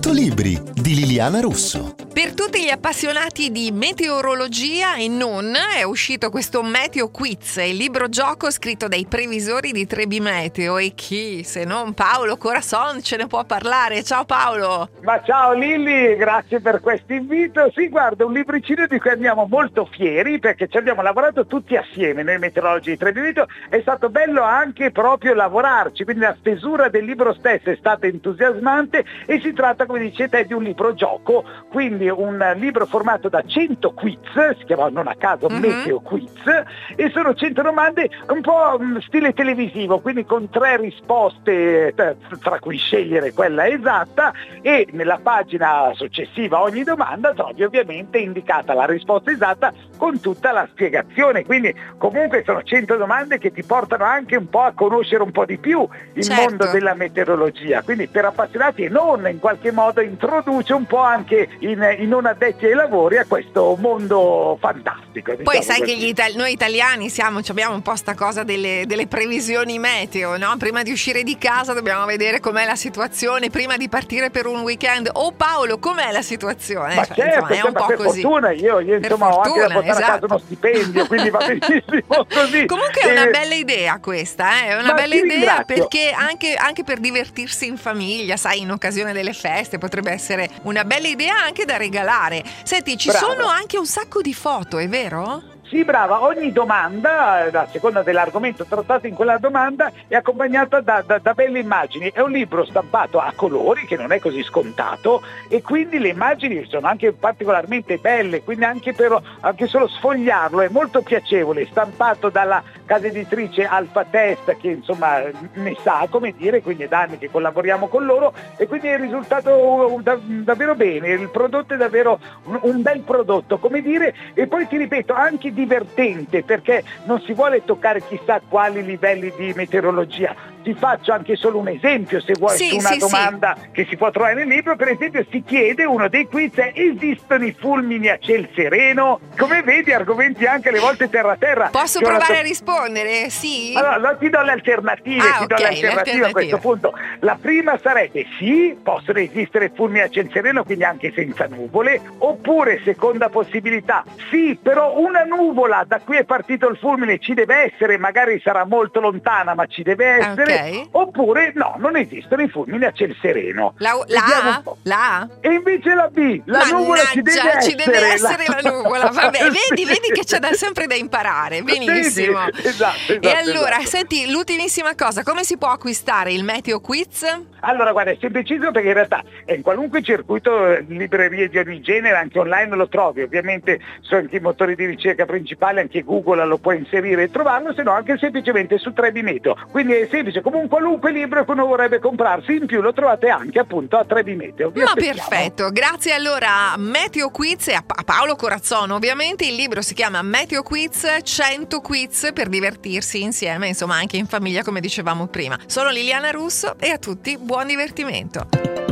100 libri di Liliana Russo. Per tutti gli appassionati di meteorologia e non, è uscito questo Meteo Quiz, il libro gioco scritto dai previsori di Trebi Meteo. E chi, se non Paolo Corazon, ce ne può parlare? Ciao Paolo! Ma ciao Lilli, grazie per questo invito. Sì, guarda, un libricino di cui andiamo molto fieri perché ci abbiamo lavorato tutti assieme, noi meteorologi di Trebi Meteo. È stato bello anche proprio lavorarci, quindi la stesura del libro stesso è stata entusiasmante e si tratta, come dicete, di un libro gioco, quindi un libro formato da 100 quiz, si chiama non a caso Meteo Quiz, e sono 100 domande un po' stile televisivo, quindi con 3 risposte tra cui scegliere quella esatta, e nella pagina successiva a ogni domanda trovi ovviamente indicata la risposta esatta con tutta la spiegazione. Quindi comunque sono 100 domande che ti portano anche un po' a conoscere un po' di più il mondo della meteorologia, quindi per appassionati e non, in qualche modo introduce un po' anche in non addetti ai lavori a questo mondo fantastico. Poi sai così. Che noi italiani abbiamo un po' sta cosa delle previsioni meteo, no? Prima di uscire di casa dobbiamo vedere com'è la situazione, prima di partire per un weekend. Oh Paolo, com'è la situazione? Ma certo, è un po' per così. Fortuna, io insomma ho anche da portare a casa uno stipendio, quindi va benissimo così. Comunque è una bella idea questa, è una bella idea, perché anche per divertirsi in famiglia, sai, in occasione delle feste potrebbe essere una bella idea anche da regalare. Senti, ci sono anche un sacco di foto, è vero? Sì, brava, ogni domanda, a seconda dell'argomento trattato in quella domanda, è accompagnata da belle immagini. È un libro stampato a colori, che non è così scontato, e quindi le immagini sono anche particolarmente belle, quindi anche solo sfogliarlo è molto piacevole, stampato dalla casa editrice Alfa Test, che insomma ne sa, come dire, quindi è da anni che collaboriamo con loro, e quindi è risultato davvero bene, il prodotto è davvero un bel prodotto, come dire, e poi ti ripeto, anche divertente, perché non si vuole toccare chissà quali livelli di meteorologia. Ti faccio anche solo un esempio, se vuoi, su una domanda che si può trovare nel libro. Per esempio si chiede, uno dei quiz è: esistono i fulmini a ciel sereno? Come vedi, argomenti anche alle volte terra-terra. Posso provare a rispondere? Sì? Allora, ti do le alternative, a questo punto. La prima sarebbe sì, possono esistere fulmini a ciel sereno, quindi anche senza nuvole. Oppure, seconda possibilità, sì, però una nuvola da cui è partito il fulmine ci deve essere, magari sarà molto lontana, ma ci deve essere. Oppure no, non esistono i fulmini a ciel sereno. La A? E invece la B, la nuvola ci deve essere la nuvola. Vabbè, vedi che c'è sempre da imparare. Benissimo. Esatto, e allora, senti, l'ultimissima cosa, come si può acquistare il Meteo Quiz? Allora, guarda, è semplicissimo, perché in realtà è in qualunque circuito, librerie di ogni genere, anche online lo trovi. Ovviamente sono anche i motori di ricerca principali, anche Google lo puoi inserire e trovarlo, se no anche semplicemente su Trebi Meteo. Quindi è semplice, come un qualunque libro che uno vorrebbe comprarsi, in più lo trovate anche appunto a Trebi Meteo. Perfetto, grazie allora a Meteo Quiz e a Paolo Corazon. Ovviamente il libro si chiama Meteo Quiz, 100 quiz per divertirsi insieme, insomma anche in famiglia, come dicevamo prima. Sono Liliana Russo e a tutti buon divertimento.